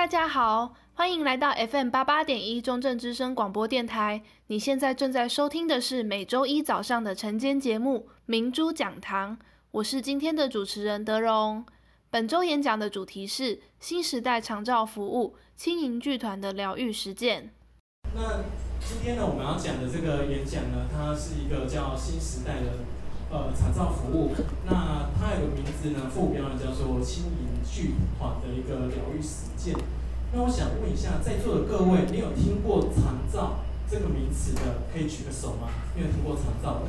大家好，欢迎来到 FM88.1 中正之声广播电台。你现在正在收听的是每周一早上的晨间节目《明珠讲堂》，我是今天的主持人德荣。本周演讲的主题是新时代长照服务轻盈剧团的疗愈实践。 那今天呢，我们要讲的这个演讲呢，它是一个叫新时代的长照服务。那它有个名字呢，副标呢叫做轻盈剧团的一个疗愈实践。那我想问一下，在座的各位，你有听过长照这个名词的，可以举个手吗？你有听过长照的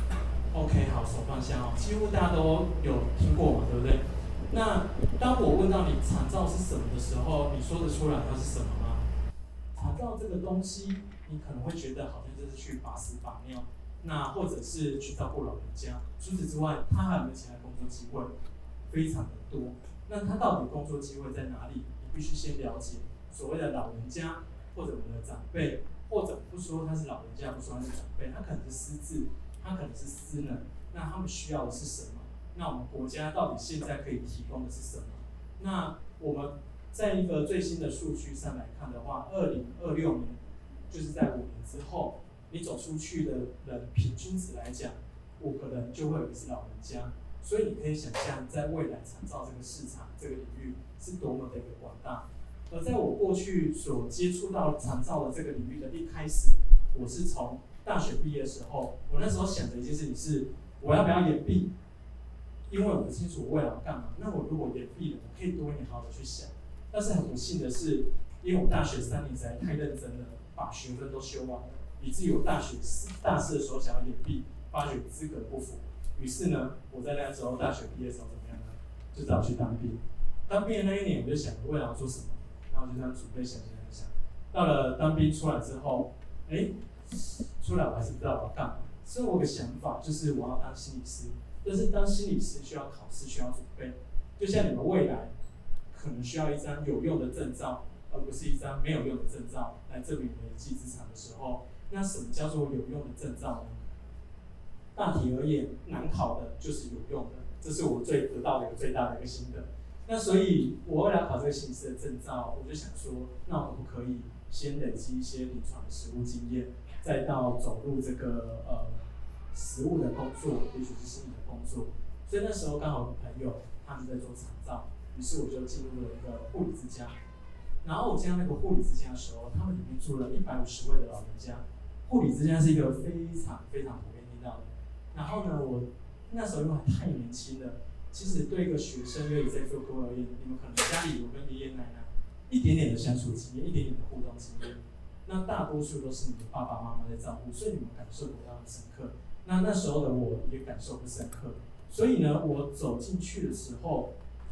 ？OK， 好，手放下哦。几乎大家都有听过嘛，对不对？那当我问到你长照是什么的时候，你说得出来它是什么吗？长照这个东西，你可能会觉得好像就是去把屎把尿，那或者是去照顾老人家。除此之外，它还有没有其他工作机会？非常的多。那它到底工作机会在哪里？你必须先了解所谓的老人家，或者我们的长辈，或者不说他是老人家，不说他是长辈，他可能是失智，他可能是失能，那他们需要的是什么？那我们国家到底现在可以提供的是什么？那我们在一个最新的数据上来看的话，2026年，就是在5年之后，你走出去的人平均值来讲，5个人就会有一个是老人家。所以你可以想象，在未来长照这个市场这个领域是多么的一个广大。而在我过去所接触到长照的这个领域的一开始，我是从大学毕业的时候，我那时候想的一件事情是，我要不要延毕？因为我不清楚我未来要干嘛。那我如果延毕了，我可以多一年好好的去想。但是很不幸的是，因为我大学3年实在太认真了，把学分都修完了，以至于我大四的时候想要延毕，发觉资格不符。于是呢，我在那时候大学毕业的时候怎么样呢？就只好去当兵。当兵的那一年，我就想未来要做什么，然后就这样准备想。到了当兵出来之后，出来我还是不知道我要干嘛。所以我有个想法，就是我要当心理师。但是当心理师需要考试，需要准备。就像你们未来可能需要一张有用的证照，而不是一张没有用的证照来证明你的一技之长的时候，那什么叫做有用的证照呢？大体而言，难考的就是有用的，这是我得到的一个最大的一个心得。那所以，我为了考这个心理师的证照，我就想说，那我可不可以先累积一些临床的实务经验，再到走入这个实务的工作，也许是心理的工作。所以那时候刚好有朋友他们在做长照，于是我就进入了一个护理之家。然后我进到那个护理之家的时候，他们里面住了150位的老人家。护理之家是一个非常非常普遍听到的。然后呢，我那时候因为太年轻了，其实对一个学生，尤其在做孤儿院，你们可能家里有跟爷爷奶奶一点点的相处经验，一点点的互动经验，那大多数都是你的爸爸妈妈在照顾，所以你们感受不到很深刻。那时候的我也感受不深刻，所以呢，我走进去的时候，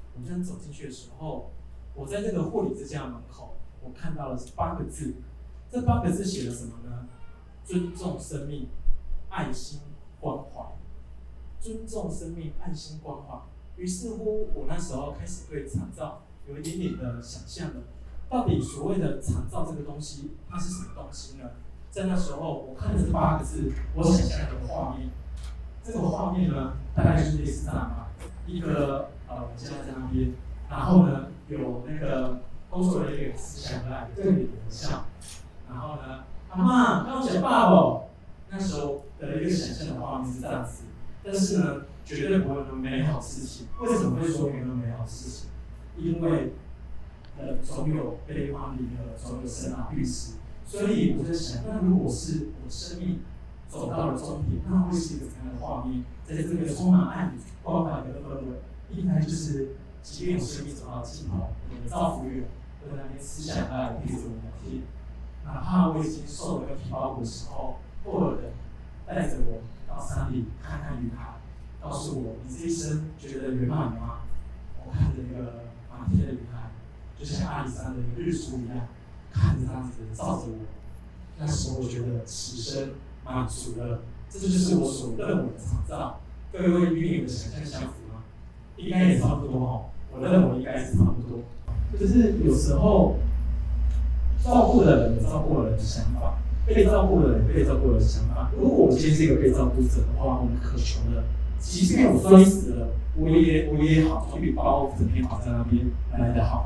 我在这个护理之家门口，我看到了8个字，这8个字写了什么呢？尊重生命，爱心。关怀，尊重生命，爱心关怀。于是乎，我那时候开始对长照有一点点的想象了。到底所谓的长照这个东西，它是什么东西呢？在那时候，我看着这8个字，我想象一个画面。这个画面呢，大概就是类似这样吧：一个老人家在那边，然后呢，有那个工作人员慈祥的对你微笑，然后呢，阿嬷，刚讲爸爸。那时候的一个想象的画面是这样子，但是呢，绝对不会有美好事情。为什么会说没有美好事情？因为总有悲欢离合，总有生老病死。所以我在想，那如果是我生命走到了终点，那会是一个怎样的画面？在这个充满爱、关怀的氛围，应该就是，即便我生命走到尽头，我的照服员会在那边慈祥的来陪着我聊天，哪怕我已经瘦了个皮包骨的时候。或者带着我到山里看看云海，告诉我你这一生觉得圆满吗？我看着那个满天的云海，就像阿里山的一个日出一样，看着这样子照着我。那时候我觉得此生满足了，这就是我所认为的长照。各位与你的想象相符吗？应该也差不多哈，我认为应该是差不多。就是有时候照顾的人有照顾的人的想法。被照顾的人，被照顾的想法。如果我今天是一个被照顾者的话，我们渴求的，即便我摔死了，我也好，总比把我整天绑在那边来得好。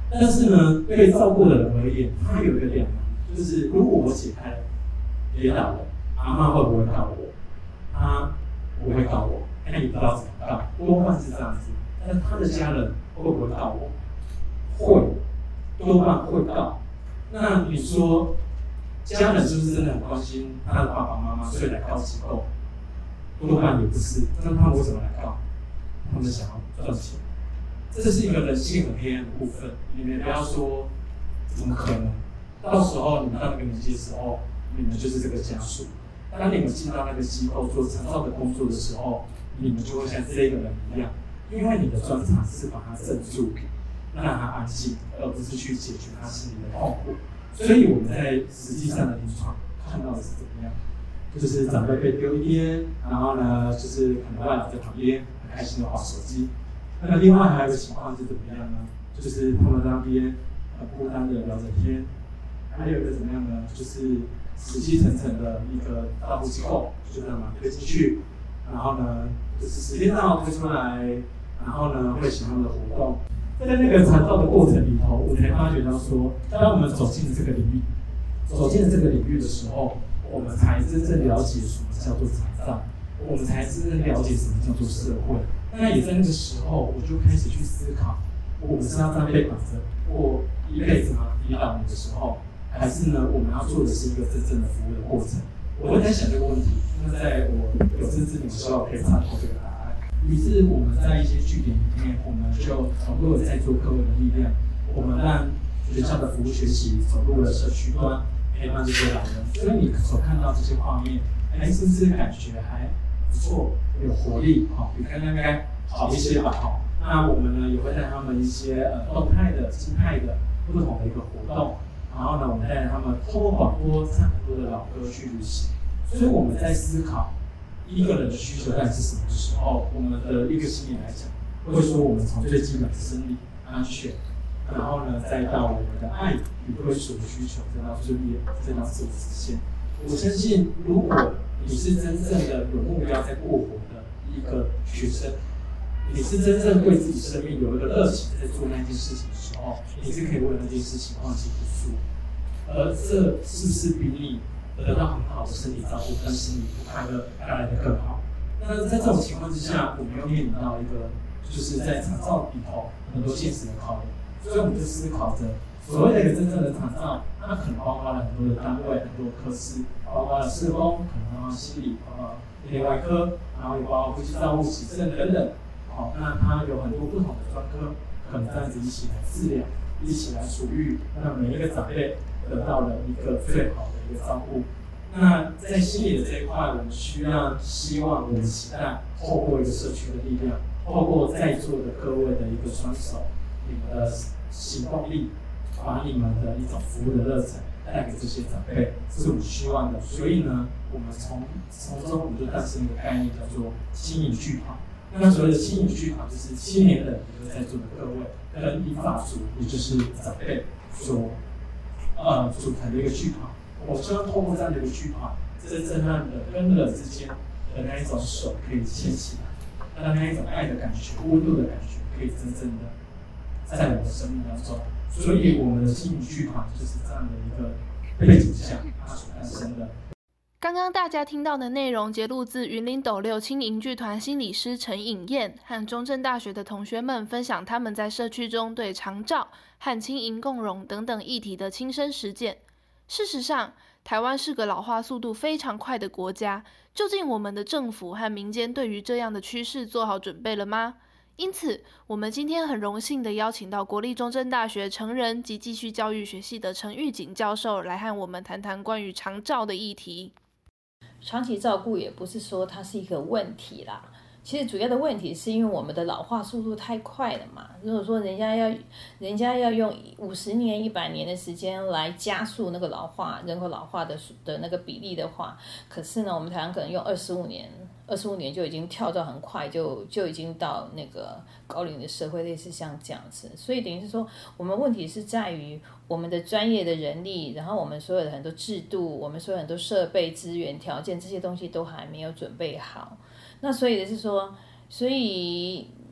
但是呢，对照顾的人而言，他有一个两难，就是如果我解开了，跌倒了，阿嬷会不会告我？他不会告我，他也不知道怎么告，多半是这样子。但是他的家人会不会告我？会，多半会告。那你说，家人是不是真的很关心他的爸爸妈妈，所以来告机构？多半也不是。那他们为什么来告？他们想要赚钱。这是一个人性很黑暗的部分。你们不要说，怎么可能？到时候你们到那个年纪的时候，你们就是这个家属。当你们进到那个机构做长照的工作的时候，你们就会像这个人一样，因为你的专长是把他镇住，让他安静，而不是去解决他心里的痛苦。所以我们在实际上的临床看到的是怎么样？就是长辈被丢一边，然后呢，就是可能外劳在旁边很开心的滑手机。那另外还有一个情况是怎么样呢？就是他们那边很孤单的聊着天。还有一个怎么样呢？就是死气沉沉的一个照护机构，就这样嘛推进去，然后呢，就是时间到推出来，然后呢会想要的活动。在那个长照的过程里头，我才发觉到说，当我们走进了这个领域，的时候，我们才真正了解什么叫做长照，我们才真正了解什么叫做社会。那也在那个时候，我就开始去思考，我们是要这样被绑着过一辈子吗？抵老年的时候，还是呢，我们要做的是一个真正的服务的过程？我会在想这个问题。那在我有生之年的时候，可以参考这个答案。于是我们在一些据点里面，我们就投入了在座各位的力量，我们让学校的服务学习走入了社区端，陪伴这些老人。所以你所看到这些画面，是不是感觉还不错，有活力？比刚刚好一些吧。那我们呢也会带他们一些动态的、静态的不同的一个活动。然后呢，我们带着他们透过广播唱很多的老歌去旅行。所以我们在思考一个人的需求到底是什么的时候，我们的一个心理来讲，会说我们从最基本的生理安全，然后呢，再到我们的爱与归属的需求，再到尊严，再到自我实现。我相信，如果你是真正的有目标在过活的一个学生，你是真正对自己生命有一个热情在做那件事情的时候，你是可以为了那件事情忘记不输。而这是不是比你得到很好的身体照顾跟心理不快乐带来的更好？那在这种情况之下，我们又面临到一个，就是在长照里头很多现实的考量，所以我们就思考着，所谓的一个真正的长照，它可能包括了很多的单位、很多的科室，包括了社工，可能包括心理，包括内外科，然后也包括呼吸照护、急症等等。那它有很多不同的专科，可能这样子一起来治疗，一起来处愈，让每一个长辈得到了一个最好的一个照顾。那在心理的这一块，我们希望我们期待透过一个社区的力量，透过在座的各位的一个双手，你们的行动力，把你们的一种服务的热忱带给这些长辈，这是我们希望的。所以呢，我们从中我们就诞生一个概念，叫做青银剧团。那所谓的青银剧团，就是青年人，也就是在座的各位，跟银发族，也就是长辈所组成的一个剧团。我希望透过这样的一个剧团，真正让人跟人之间的那一种手可以牵起来，让那一种爱的感觉、温度的感觉，可以真正的在我们的生命当中。所以，我们的青银剧团就是这样的一个背景下，它所诞生的。 刚刚大家听到的内容节录自云林斗六青银剧团心理师陈颖燕和中正大学的同学们分享他们在社区中对长照和青银共融等等议题的亲身实践。事实上，台湾是个老化速度非常快的国家，究竟我们的政府和民间对于这样的趋势做好准备了吗？因此，我们今天很荣幸地邀请到国立中正大学成人及继续教育学系的陈玉锦教授来和我们谈谈关于长照的议题。 长期照顾也不是说它是一个问题啦，其实主要的问题是因为我们的老化速度太快了嘛。如果说人家要用50年、100年的时间来加速那个老化、人口老化的那个比例的话，可是呢，我们台湾可能用25年就已经跳到很快，就已经到那个高龄的社会，类似像这样子。所以等于是说，我们问题是在于我们的专业的人力，然后我们所有的很多制度，我们所有很多设备、资源、条件，这些东西都还没有准备好。那所以是说，所以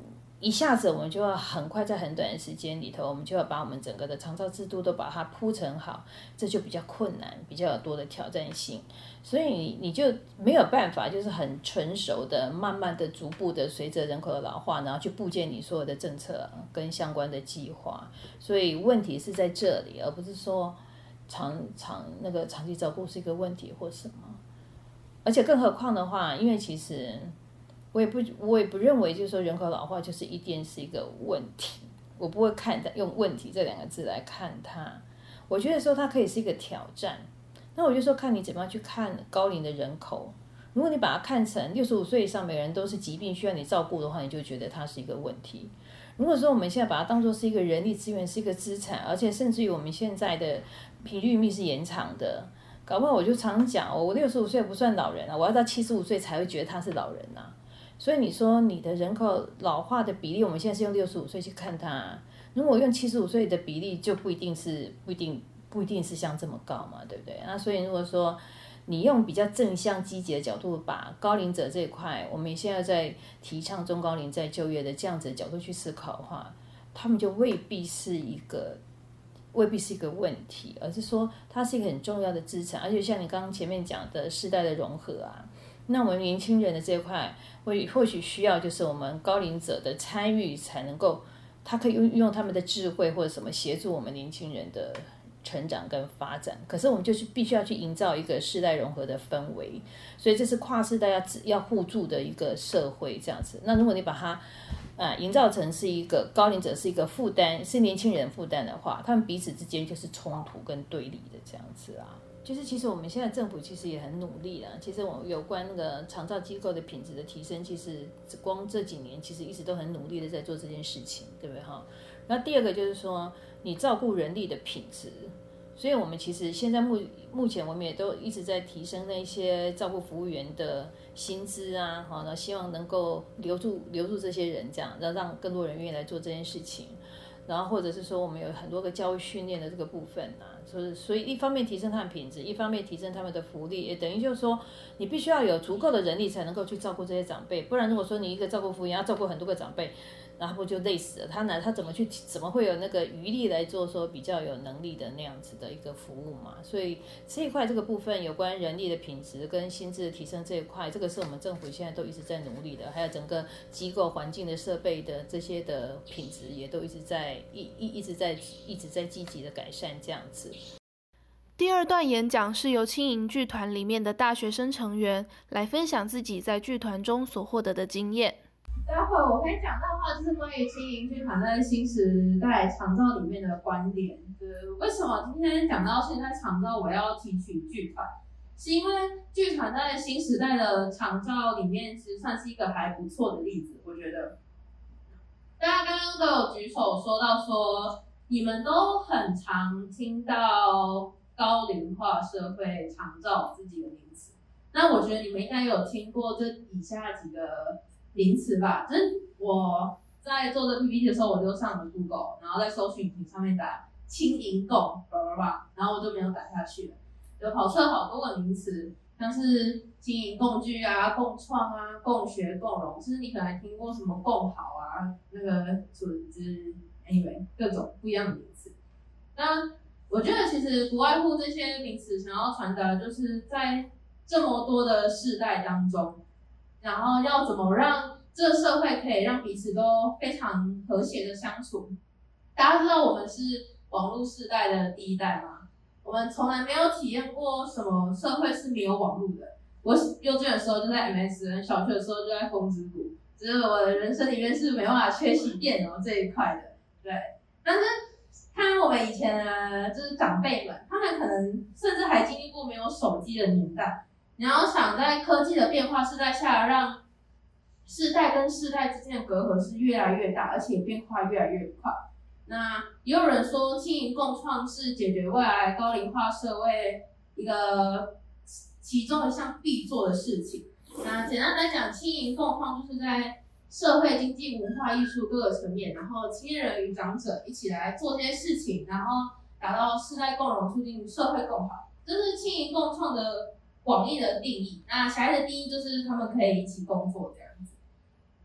一下子我们就要很快在很短的时间里头，我们就要把我们整个的长照制度都把它铺陈好，这就比较困难，比较有多的挑战性。所以你就没有办法，就是很纯熟的、慢慢的、逐步的，随着人口的老化，然后去布建你所有的政策跟相关的计划。所以问题是在这里，而不是说长期照顾是一个问题或什么。而且更何况的话，因为其实我也不认为就是说人口老化就是一定是一个问题，我不会用问题这2个字来看它。我觉得说它可以是一个挑战。那我就说看你怎么样去看高龄的人口。如果你把它看成65岁以上每个人都是疾病需要你照顾的话，你就觉得它是一个问题。如果说我们现在把它当作是一个人力资源，是一个资产，而且甚至于我们现在的频率密是延长的，搞不好我就常讲，我65岁不算老人啊，我要到75岁才会觉得他是老人啊。所以你说你的人口老化的比例，我们现在是用65岁去看它，如果用75岁的比例，就不一定是像这么高嘛，对不对？那所以如果说你用比较正向积极的角度，把高龄者这一块，我们现在在提倡中高龄再就业的这样子的角度去思考的话，他们就未必是一个问题，而是说它是一个很重要的资产。而且像你刚刚前面讲的世代的融合啊，那我们年轻人的这一块或许需要就是我们高龄者的参与，才能够他可以运用他们的智慧或者什么协助我们年轻人的成长跟发展。可是我们就是必须要去营造一个世代融合的氛围，所以这是跨世代要互助的一个社会这样子。那如果你把它营造成是一个高龄者是一个负担，是年轻人负担的话，他们彼此之间就是冲突跟对立的这样子啊。就是其实我们现在政府其实也很努力啦，其实我有关那个长照机构的品质的提升，其实光这几年其实一直都很努力的在做这件事情，对不对哈？然后第二个就是说你照顾人力的品质，所以我们其实现在目前我们也都一直在提升那些照顾服务员的薪资啊，好，那希望能够留住这些人，这样让更多人愿意来做这件事情。然后或者是说我们有很多个教育训练的这个部分啊，所以一方面提升他们品质，一方面提升他们的福利，也等于就是说你必须要有足够的人力才能够去照顾这些长辈，不然如果说你一个照顾服务员要照顾很多个长辈，然后不就累死了？他怎么会有那个余力来做说比较有能力的那样子的一个服务嘛？所以这一块这个部分有关人力的品质跟薪资的提升这一块，这个是我们政府现在都一直在努力的，还有整个机构环境的设备的这些的品质也都一直在积极的改善这样子。 第二段演讲是由青营剧团里面的大学生成员来分享自己在剧团中所获得的经验。 待会我会讲到的话，就是关于青营剧团在新时代长照里面的观点。为什么今天讲到现在长照，我要提取剧团，是因为剧团在新时代的长照里面，其实算是一个还不错的例子。我觉得大家刚刚都有举手说到说，你们都很常听到高龄化社会长照这几个名词，那我觉得你们应该有听过这以下几个名词吧。就是我在做这 PPT 的时候，我就上了 Google， 然后在搜寻引擎上面打青银共然后我就没有打下去了，就跑出了好多个名词，像是经营共聚啊、共创啊、共学、共融，就是你可能听过什么共好啊、那个组织 ，anyway 各种不一样的名词。那我觉得其实不外乎这些名词想要传达，就是在这么多的世代当中，然后要怎么让这个社会可以让彼此都非常和谐的相处。大家知道我们是网络世代的第一代吗？我们从来没有体验过什么社会是没有网络的。我幼稚园的时候就在 MSN， 小学的时候就在风之谷，只是我的人生里面是没办法缺席电脑这一块的。对，但是看我们以前的就是长辈们，他们可能甚至还经历过没有手机的年代。你要想在科技的变化世代下，让世代跟世代之间的隔阂是越来越大，而且变化越来越快。那也有人说，青营共创是解决未来高龄化社会一个其中一项必做的事情。那简单来讲，青营共创就是在社会、经济、文化艺术各个层面，然后青年人与长者一起来做这些事情，然后达到世代共融，促进社会更好。这是青营共创的广义的定义。那狭义的定义就是他们可以一起工作这样子。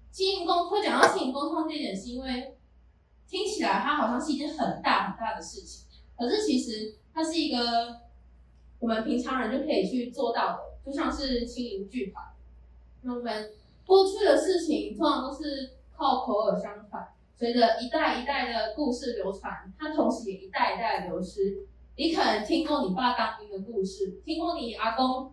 会讲到亲营沟通这一点，是因为听起来它好像是一件很大很大的事情，可是其实它是一个我们平常人就可以去做到的，就像是亲营剧团。那我们过去的事情通常都是靠口耳相传，随着一代一代的故事流传，它同时也一代一代的流失。你可能听过你爸当兵的故事，听过你阿公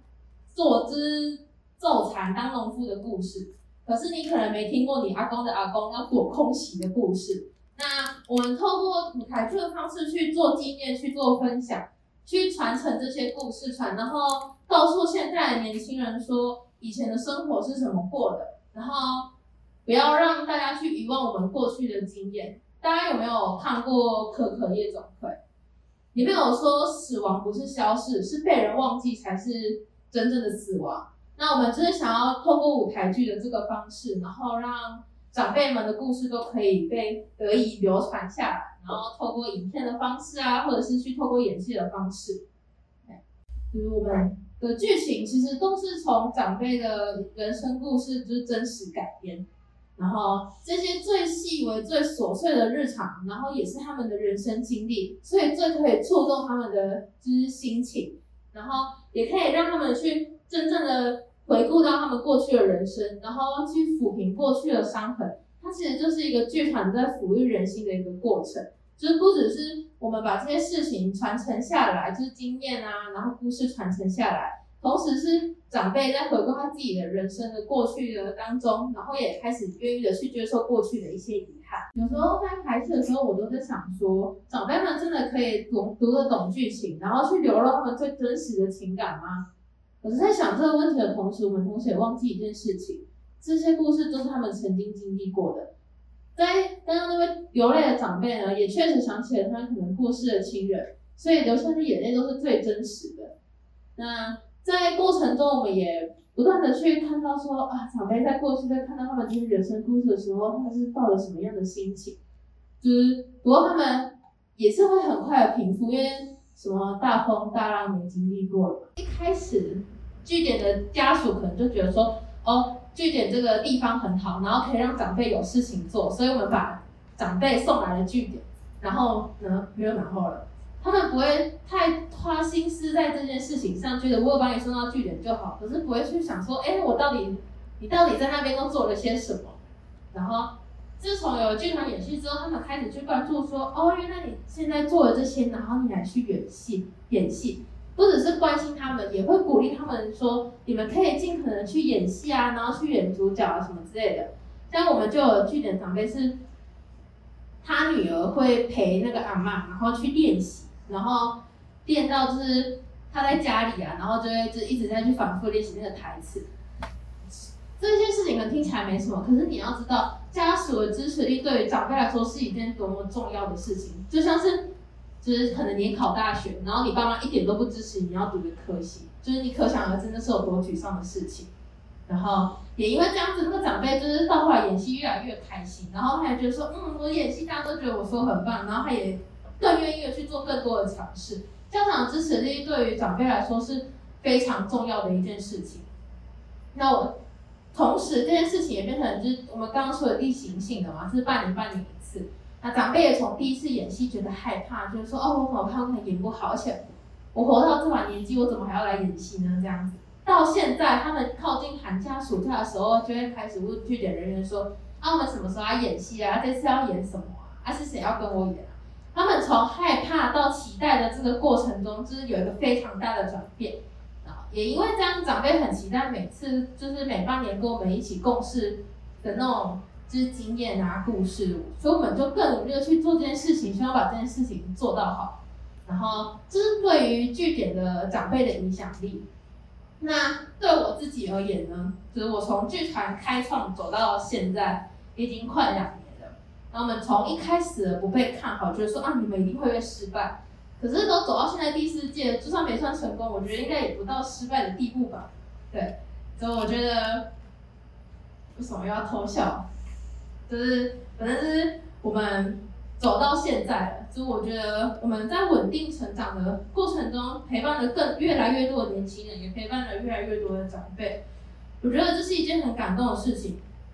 奏蚕当农夫的故事，可是你可能没听过你阿公的阿公要躲空袭的故事。那我们透过舞台剧的方式去做经验，去做分享，去传承这些故事然后告诉现在的年轻人说以前的生活是怎么过的，然后不要让大家去遗忘我们过去的经验。大家有没有看过《可可夜总会》？里面有说死亡不是消逝，是被人忘记才是真正的死亡。那我们就是想要透过舞台剧的这个方式，然后让长辈们的故事都可以得以流传下来，然后透过影片的方式啊，或者是去透过演戏的方式，就是我们的剧情其实都是从长辈的人生故事就是真实改编，然后这些最细微、最琐碎的日常，然后也是他们的人生经历，所以最可以触动他们的就是心情，然后也可以让他们去真正的回顾到他们过去的人生，然后去抚平过去的伤痕。它其实就是一个剧团在抚育人心的一个过程，就是不只是我们把这些事情传承下来，就是经验啊，然后故事传承下来，同时是长辈在回顾他自己的人生的过去的当中，然后也开始愿意的去接受过去的一些遗憾。有时候在排戏的时候，我都在想说，长辈们真的可以读得懂剧情，然后去流露他们最真实的情感吗？我是在想这个问题的同时，我们同时也忘记一件事情，这些故事都是他们曾经经历过的。在刚刚那位流泪的长辈呢，也确实想起了他可能过世的亲人，所以流下的眼泪都是最真实的。那在过程中，我们也不断的去看到说啊，长辈在过去在看到他们这些人生故事的时候，他们是抱着什么样的心情？就是不过他们也是会很快的平复，因为什么大风大浪没经历过了嘛。一开始据点的家属可能就觉得说，哦，据点这个地方很好，然后可以让长辈有事情做，所以我们把长辈送来了据点，然后呢没有然后了。他们不会太花心思在这件事情上，觉得我有把你送到据点就好，可是不会去想说，你到底在那边都做了些什么？然后自从有剧团演戏之后，他们开始去关注说，哦，原来你现在做了这些，然后你还去演戏，不只是关心他们，也会鼓励他们说，你们可以尽可能去演戏啊，然后去演主角啊什么之类的。像我们就有据点长辈是，他女儿会陪那个阿嬷，然后去练习。然后练到就是他在家里啊，然后就一直在去反复练习那个台词。这件事情可能听起来没什么，可是你要知道，家属的支持力对于长辈来说是一件多么重要的事情。就像是，就是可能你考大学，然后你爸妈一点都不支持你要读的科系，就是你可想而知那是有多沮丧的事情。然后也因为这样子，那个长辈就是到后来演戏越来越开心，然后他也觉得说，我演戏大家都觉得我说很棒，然后他也更愿意的去做更多的尝试。家长的支持力对于长辈来说是非常重要的一件事情。那同时这件事情也变成就是我们刚刚说的例行性的嘛，是半年一次。那长辈也从第一次演戏觉得害怕，就是说我怎么看可能演不好，而且我活到这把年纪，我怎么还要来演戏呢？这样子。到现在他们靠近寒假暑假的时候，就会开始问据点人员说，我们什么时候要演戏啊？这次要演什么啊？是谁要跟我演啊？他们从害怕到期待的这个过程中，就是有一个非常大的转变。也因为这样，长辈很期待每次就是每半年跟我们一起共事的那种就是经验啊、故事，所以我们就更努力的去做这件事情，希望把这件事情做到好。然后这是对于据点的长辈的影响力。那对我自己而言呢，就是我从剧团开创走到现在，已经快2年了。然后我们从一开始的不被看好，觉得说你们一定会被失败。可是都走到现在第4届，就算没算成功，我觉得应该也不到失败的地步吧。对，所以我觉得为什么又要偷笑？就是反正就是我们走到现在了，就是我觉得我们在稳定成长的过程中，陪伴了越来越多的年轻人，也陪伴了越来越多的长辈。我觉得这是一件很感动的事情。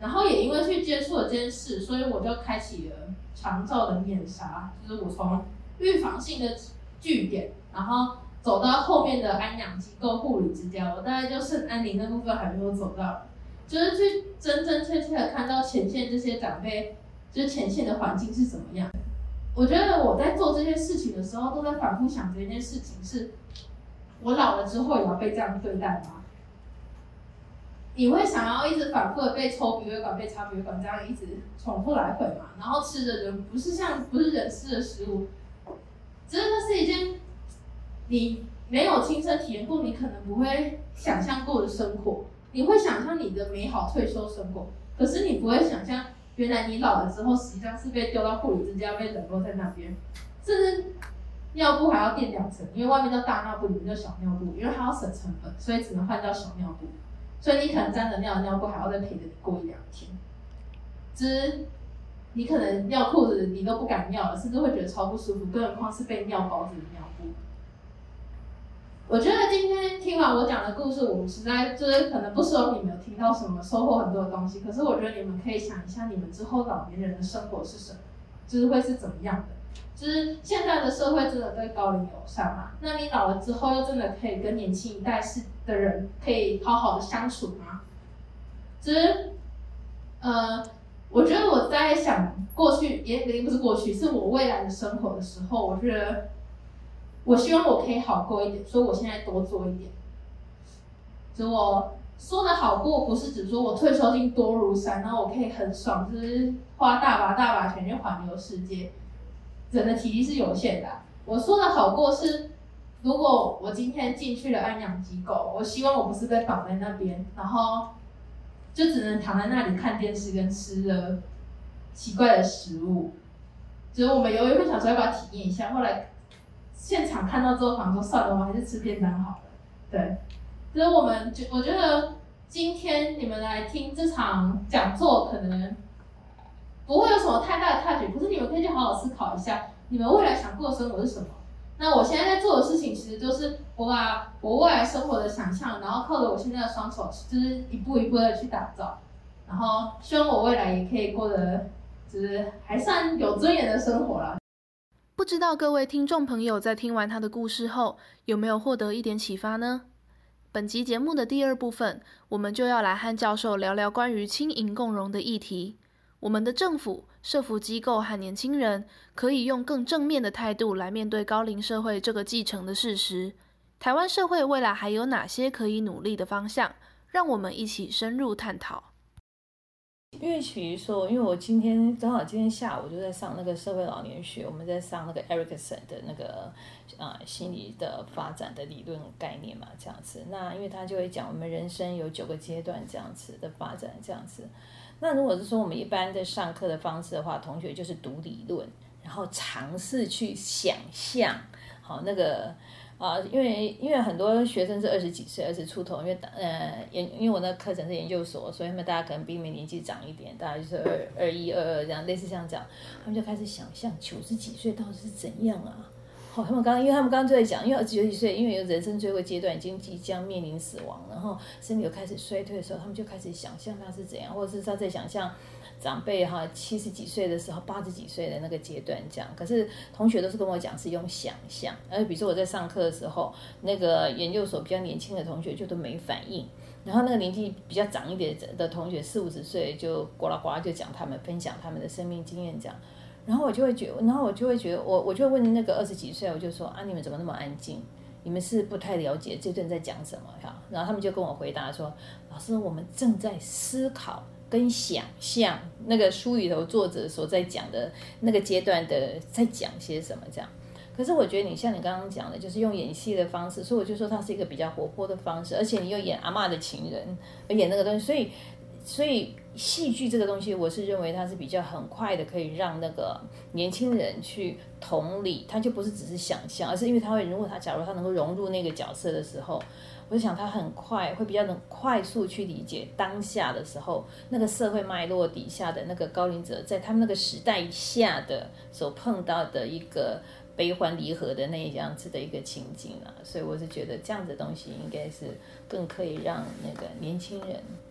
然后也因为去接触了这件事，所以我就开启了长照的面纱，就是我从预防性的据点，然后走到后面的安养机构、护理之家，我大概就剩安宁那部分还没有走到，就是去真真切切的看到前线这些长辈，就是前线的环境是怎么样。我觉得我在做这些事情的时候，都在反复想着一件事情是：我老了之后也要被这样对待吗？你会想要一直反复的被抽鼻胃管、被插鼻胃管，这样一直重复来回嘛？然后吃的人不是人吃的食物，只是这是一件你没有亲身体验过，你可能不会想象过的生活。你会想象你的美好退休生活，可是你不会想象，原来你老了之后，实际上是被丢到护理之家，被冷落在那边，甚至尿布还要垫2层，因为外面叫大尿布，里面叫小尿布，因为它要省成本，所以只能换到小尿布。所以你可能沾着尿的尿布还要再陪着你过1-2天，只你可能尿裤子你都不敢尿了，甚至会觉得超不舒服，更何况是被尿包着的尿布。我觉得今天听完我讲的故事，我实在就是可能不说你们有听到什么收获很多的东西，可是我觉得你们可以想一下，你们之后老年人的生活是什么，就是会是怎么样的。就是现在的社会真的对高龄友善嘛？那你老了之后又真的可以跟年轻一代的人可以好好的相处吗？就是我觉得我在想过去，也不是过去，是我未来的生活的时候，我觉得我希望我可以好过一点，所以我现在多做一点。就我说的好过，不是指说我退休金多如山，然后我可以很爽，就是花大把钱去环游世界。人的体力是有限的我说的好过是，如果我今天进去了安养机构，我希望我不是被绑在那边，然后就只能躺在那里看电视跟吃了奇怪的食物。就是我们有一会想说要不要体验一下，后来现场看到之后，想说算了，我们还是吃便当好了。对，所以我觉得今天你们来听这场讲座，可能不会有什么太大的 touch， 可是你们可以去好好思考一下，你们未来想过的生活是什么。那我现在在做的事情，其实就是我把我未来生活的想象，然后靠着我现在的双手，就是一步一步的去打造，然后希望我未来也可以过得就是还算有尊严的生活啦。 不知道各位听众朋友在听完他的故事后，有没有获得一点启发呢？本集节目的第2部分，我们就要来和教授聊聊关于青银共融的议题。我们的政府、社福机构和年轻人可以用更正面的态度来面对高龄社会这个既成的事实。台湾社会未来还有哪些可以努力的方向？让我们一起深入探讨。 因为比如说，因为我刚好今天下午就在上那个社会老年学，我们在上那个 Erickson 的那个心理的发展的理论概念嘛，这样子。那因为他就会讲我们人生有9个阶段这样子的发展，这样子。那如果是说我们一般的上课的方式的话，同学就是读理论，然后尝试去想象，好那个因为很多学生是20几岁，20出头，因为我那课程是研究所，所以他们大家可能比你们年纪长一点，大概就是21、22这样，类似像这样，他们就开始想象90几岁到底是怎样啊？好，因为他们刚刚就在讲，因为20几岁，因为有人生最后阶段已经即将面临死亡，然后身体有开始衰退的时候，他们就开始想象他是怎样，或者是他在想象长辈70几岁的时候，80几岁的那个阶段这样。可是同学都是跟我讲是用想象，比如说我在上课的时候，那个研究所比较年轻的同学就都没反应，然后那个年纪比较长一点的同学40、50岁就呱啦呱啦就讲他们分享他们的生命经验这样。然后我就会觉得，我就会问那个20几岁，我就说你们怎么那么安静？你们是不太了解这段在讲什么呀？然后他们就跟我回答说，老师，我们正在思考跟想象那个书里头作者所在讲的那个阶段的在讲些什么这样。可是我觉得你像你刚刚讲的，就是用演戏的方式，所以我就说它是一个比较活泼的方式，而且你又演阿嬷的情人，演那个东西，所以戏剧这个东西，我是认为它是比较很快的，可以让那个年轻人去同理，他就不是只是想象，而是因为他会，假如他能够融入那个角色的时候，我就想他很快会比较能快速去理解当下的时候，那个社会脉络底下的那个高龄者在他们那个时代下的所碰到的一个悲欢离合的那样子的一个情景啊，所以我是觉得这样子的东西应该是更可以让那个年轻人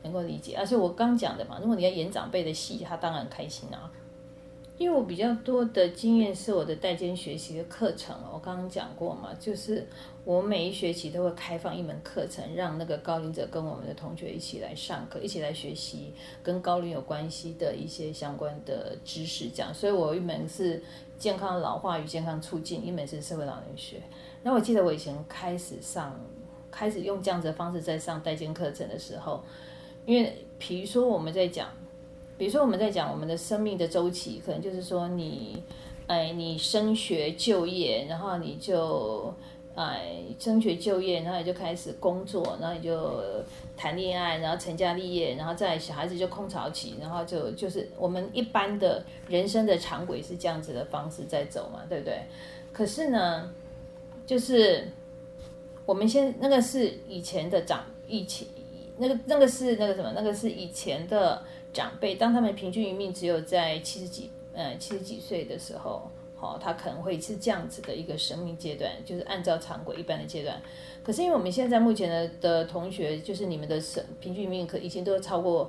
能够理解。而且我刚讲的嘛，如果你要演长辈的戏，他当然很开心啊。因为我比较多的经验是我的代间学习的课程，我刚刚讲过嘛，就是我每一学期都会开放一门课程，让那个高龄者跟我们的同学一起来上课，一起来学习跟高龄有关系的一些相关的知识，这样。所以我一门是健康老化与健康促进，一门是社会老年学。那我记得我以前开始用这样子的方式在上代间课程的时候，因为比如说我们在讲我们的生命的周期，可能就是说你升学就业，然后你就升学就业，然后你就开始工作，然后你就谈恋爱，然后成家立业，然后再来小孩子就空巢期，然后就是我们一般的人生的常轨是这样子的方式在走嘛，对不对？可是呢，就是我们那个是以前的那个是以前的长辈，当他们平均余命只有在70几岁的时候，他可能会是这样子的一个生命阶段，就是按照常轨一般的阶段。可是因为我们现在目前的同学，就是你们的平均余命已经都超过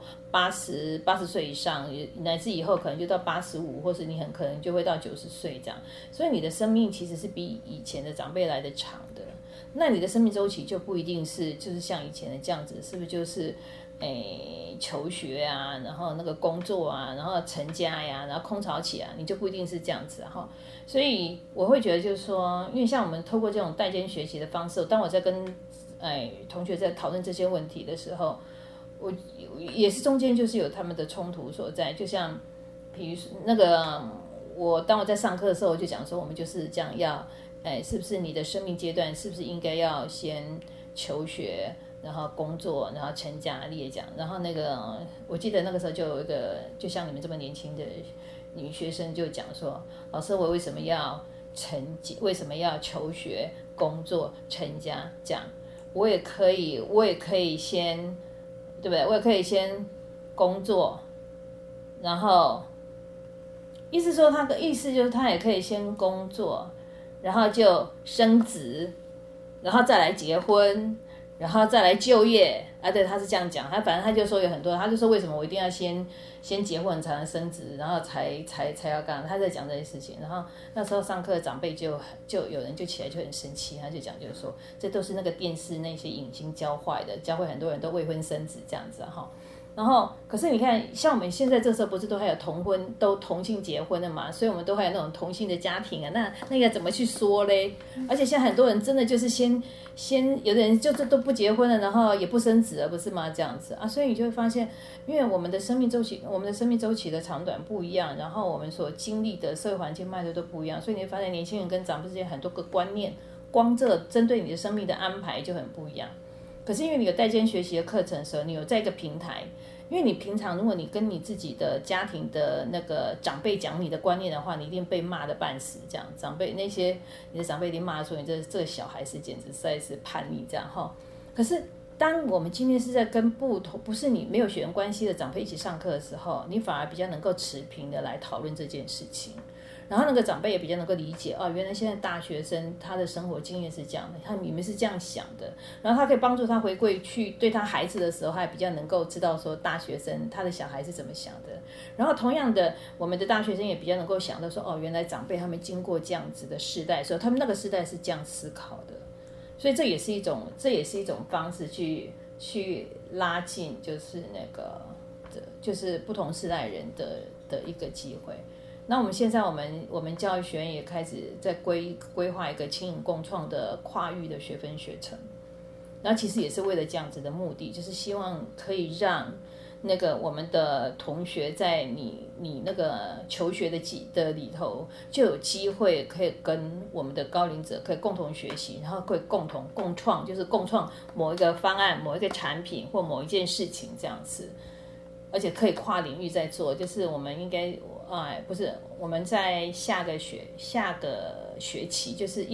80岁以上，乃至以后可能就到85，或是你很可能就会到90岁这样。所以你的生命其实是比以前的长辈来的长的。那你的生命周期就不一定是就是像以前的这样子，是不是就是求学啊，然后那个工作啊，然后成家呀，然后空巢期啊，你就不一定是这样子哈。所以我会觉得就是说，因为像我们透过这种代间学习的方式，当我在跟同学在讨论这些问题的时候，我也是中间就是有他们的冲突所在。就像比如说那个当我在上课的时候，我就讲说，我们就是这样要是不是你的生命阶段是不是应该要先求学，然后工作，然后成家立业这样。然后那个我记得那个时候就有一个就像你们这么年轻的女学生就讲说，老师我为什么要求学工作成家这样？我也可以先，对不对？我也可以先工作，然后他的意思就是他也可以先工作，然后就升职，然后再来结婚，然后再来就业啊。对，他是这样讲，反正他就说有很多，他就说为什么我一定要先结婚才能升职，然后才要干，他在讲这些事情。然后那时候上课的长辈就有人就起来就很生气，他就讲就是说这都是那个电视那些影星教坏的，教会很多人都未婚生子这样子哈。然后可是你看像我们现在这时候不是都还有都同性结婚了嘛，所以我们都还有那种同性的家庭啊，那个怎么去说嘞？而且现在很多人真的就是先有的人就是都不结婚了，然后也不生子了，不是吗？这样子啊，所以你就会发现，因为我们的生命周期的长短不一样，然后我们所经历的社会环境脉络都不一样，所以你会发现年轻人跟长辈之间很多个观念，光这针对你的生命的安排就很不一样。可是因为你有代间学习的课程的时候，你有在一个平台，因为你平常如果你跟你自己的家庭的那个长辈讲你的观念的话，你一定被骂的半死，这样你的长辈一定骂说你这个小孩是简直实在是叛逆这样哈。可是当我们今天是在跟不是你没有血缘关系的长辈一起上课的时候，你反而比较能够持平的来讨论这件事情。然后那个长辈也比较能够理解原来现在大学生他的生活经验是这样的，你们是这样想的，然后他可以帮助他回归去对他孩子的时候，他也比较能够知道说大学生他的小孩是怎么想的。然后同样的，我们的大学生也比较能够想到说原来长辈他们经过这样子的世代的时候，他们那个世代是这样思考的，所以这也是一种方式去拉近就是就是不同世代人的一个机会。那我们现在我们教育学院也开始在规划一个轻盈共创的跨域的学分学程，然后其实也是为了这样子的目的，就是希望可以让那个我们的同学在你那个求学的里头就有机会可以跟我们的高龄者可以共同学习，然后可以共创，就是共创某一个方案、某一个产品或某一件事情这样子，而且可以跨领域在做。就是我们应该不是我们在下个学期，就是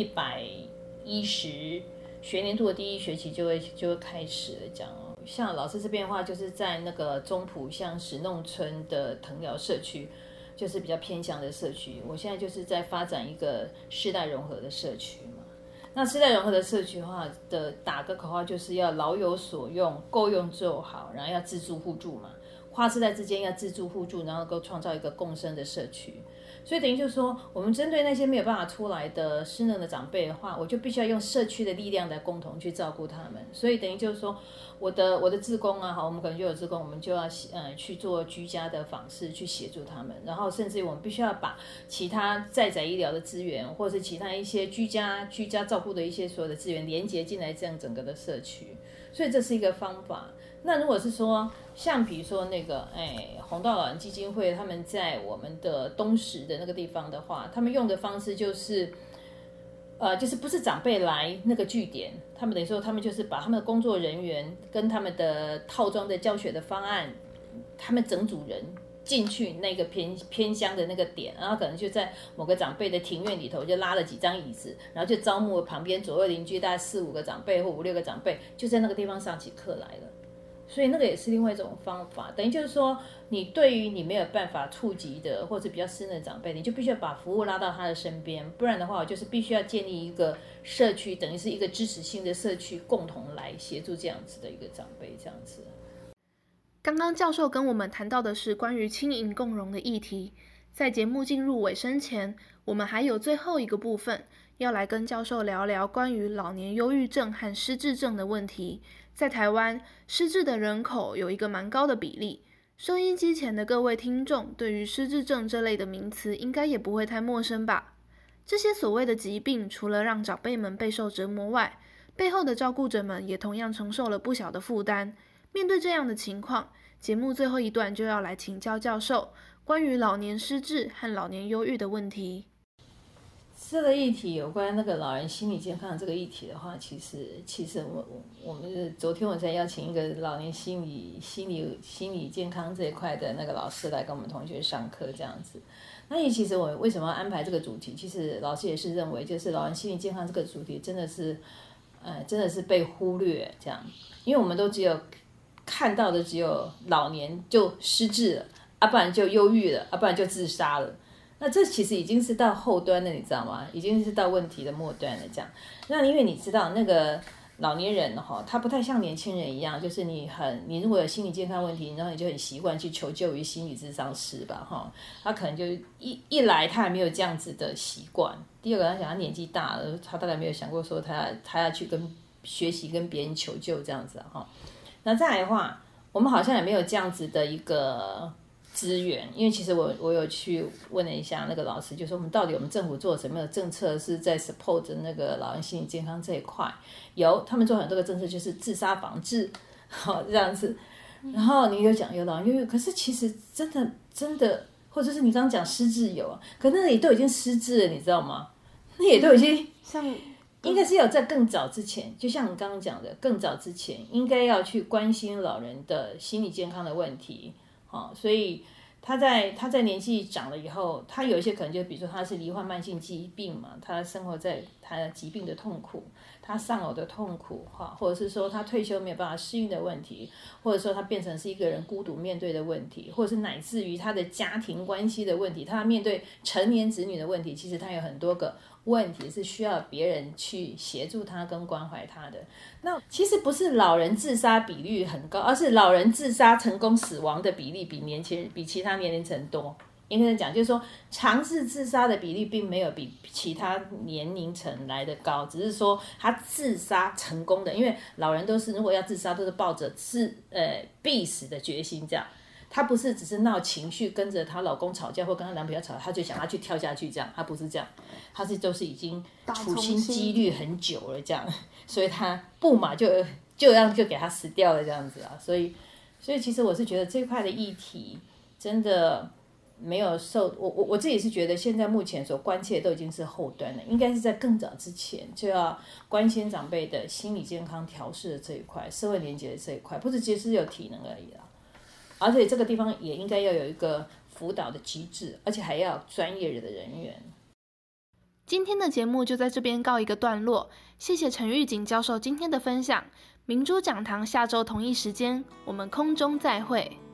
110学年度的第一学期就会开始了这样像老师这边的话，就是在那个中埔像石弄村的藤寮社区，就是比较偏向的社区。我现在就是在发展一个世代融合的社区嘛。 那世代融合的社区化的打个口号就是要老有所用，够用就好，然后要自助互助嘛，跨世代之间要自助互助，然后能够创造一个共生的社区。所以等于就是说，我们针对那些没有办法出来的失能的长辈的话，我就必须要用社区的力量来共同去照顾他们。所以等于就是说，我的志工啊，好，我们可能就有志工，我们就要去做居家的访视，去协助他们。然后甚至于我们必须要把其他在宅医疗的资源，或者是其他一些居家照顾的一些所有的资源连接进来，这样整个的社区。所以这是一个方法。那如果是说，像比如说那个弘道老人基金会，他们在我们的东石的那个地方的话，他们用的方式就是就是不是长辈来那个据点，他们等于说他们就是把他们的工作人员跟他们的套装的教学的方案，他们整组人进去那个偏乡的那个点，然后可能就在某个长辈的庭院里头就拉了几张椅子，然后就招募旁边左右邻居大概4-5个长辈或5-6个长辈，就在那个地方上起课来了。所以那个也是另外一种方法，等于就是说，你对于你没有办法触及的或者比较失能的长辈，你就必须要把服务拉到他的身边，不然的话，我就是必须要建立一个社区，等于是一个支持性的社区，共同来协助这样子的一个长辈，这样子。 刚刚教授跟我们谈到的是关于轻盈共融的议题，在节目进入尾声前，我们还有最后一个部分，要来跟教授聊聊关于老年忧郁症和失智症的问题。在台湾，失智的人口有一个蛮高的比例，收音机前的各位听众对于失智症这类的名词应该也不会太陌生吧？这些所谓的疾病，除了让长辈们备受折磨外，背后的照顾者们也同样承受了不小的负担。面对这样的情况，节目最后一段就要来请教教授关于老年失智和老年忧郁的问题。 这个议题有关那个老人心理健康这个议题的话，其实我们昨天我才邀请一个老年心理健康这一块的那个老师来跟我们同学上课这样子。那也其实我为什么要安排这个主题，其实老师也是认为，就是老人心理健康这个主题真的是被忽略这样，因为我们都只有看到的只有老年就失智了，不然就忧郁了，不然就自杀了。那这其实已经是到后端了，你知道吗？已经是到问题的末端了这样。那因为你知道那个老年人他不太像年轻人一样，就是你如果有心理健康问题，然后你就很习惯去求救于心理咨商师吧他可能就一来他还没有这样子的习惯，第二个他想他年纪大了，他大概没有想过说他要去学习跟别人求救这样子那再来的话，我们好像也没有这样子的一个资源，因为其实我有去问了一下那个老师，就说我们政府做什么样的政策是在 support 那个老人心理健康这一块，他们做很多个政策，就是自杀防治这样子。然后你有讲有老人忧郁，可是其实真的，或者是你刚刚讲失智有可那里都已经失智了，你知道吗？那也都已经应该是有在更早之前，就像你刚刚讲的，更早之前应该要去关心老人的心理健康的问题所以他在年纪长了以后，他有一些可能就比如说他是罹患慢性疾病嘛，他生活在他疾病的痛苦，他丧偶的痛苦或者是说他退休没有办法适应的问题，或者说他变成是一个人孤独面对的问题，或者是乃至于他的家庭关系的问题，他面对成年子女的问题，其实他有很多个问题是需要别人去协助他跟关怀他的。那其实不是老人自杀比率很高，而是老人自杀成功死亡的比例比其他年龄层多。应该讲就是说，尝试自杀的比例并没有比其他年龄层来的高，只是说他自杀成功的，因为老人都是如果要自杀都是抱着必死的决心这样。她不是只是闹情绪，跟着她老公吵架或跟她男朋友吵，她就想要去跳下去这样，她不是这样，她是都是已经处心积虑很久了这样，所以她不嘛就给她死掉了这样子所以其实我是觉得这块的议题真的没有受我自己是觉得现在目前所关切的都已经是后端了，应该是在更早之前就要关心长辈的心理健康调适的这一块，社会连结的这一块，不是只是有体能而已啦。而且这个地方也应该要有一个辅导的机制，而且还要有专业的人员。 今天的节目就在这边告一个段落，谢谢陈玉锦教授今天的分享。明珠讲堂下周同一时间，我们空中再会。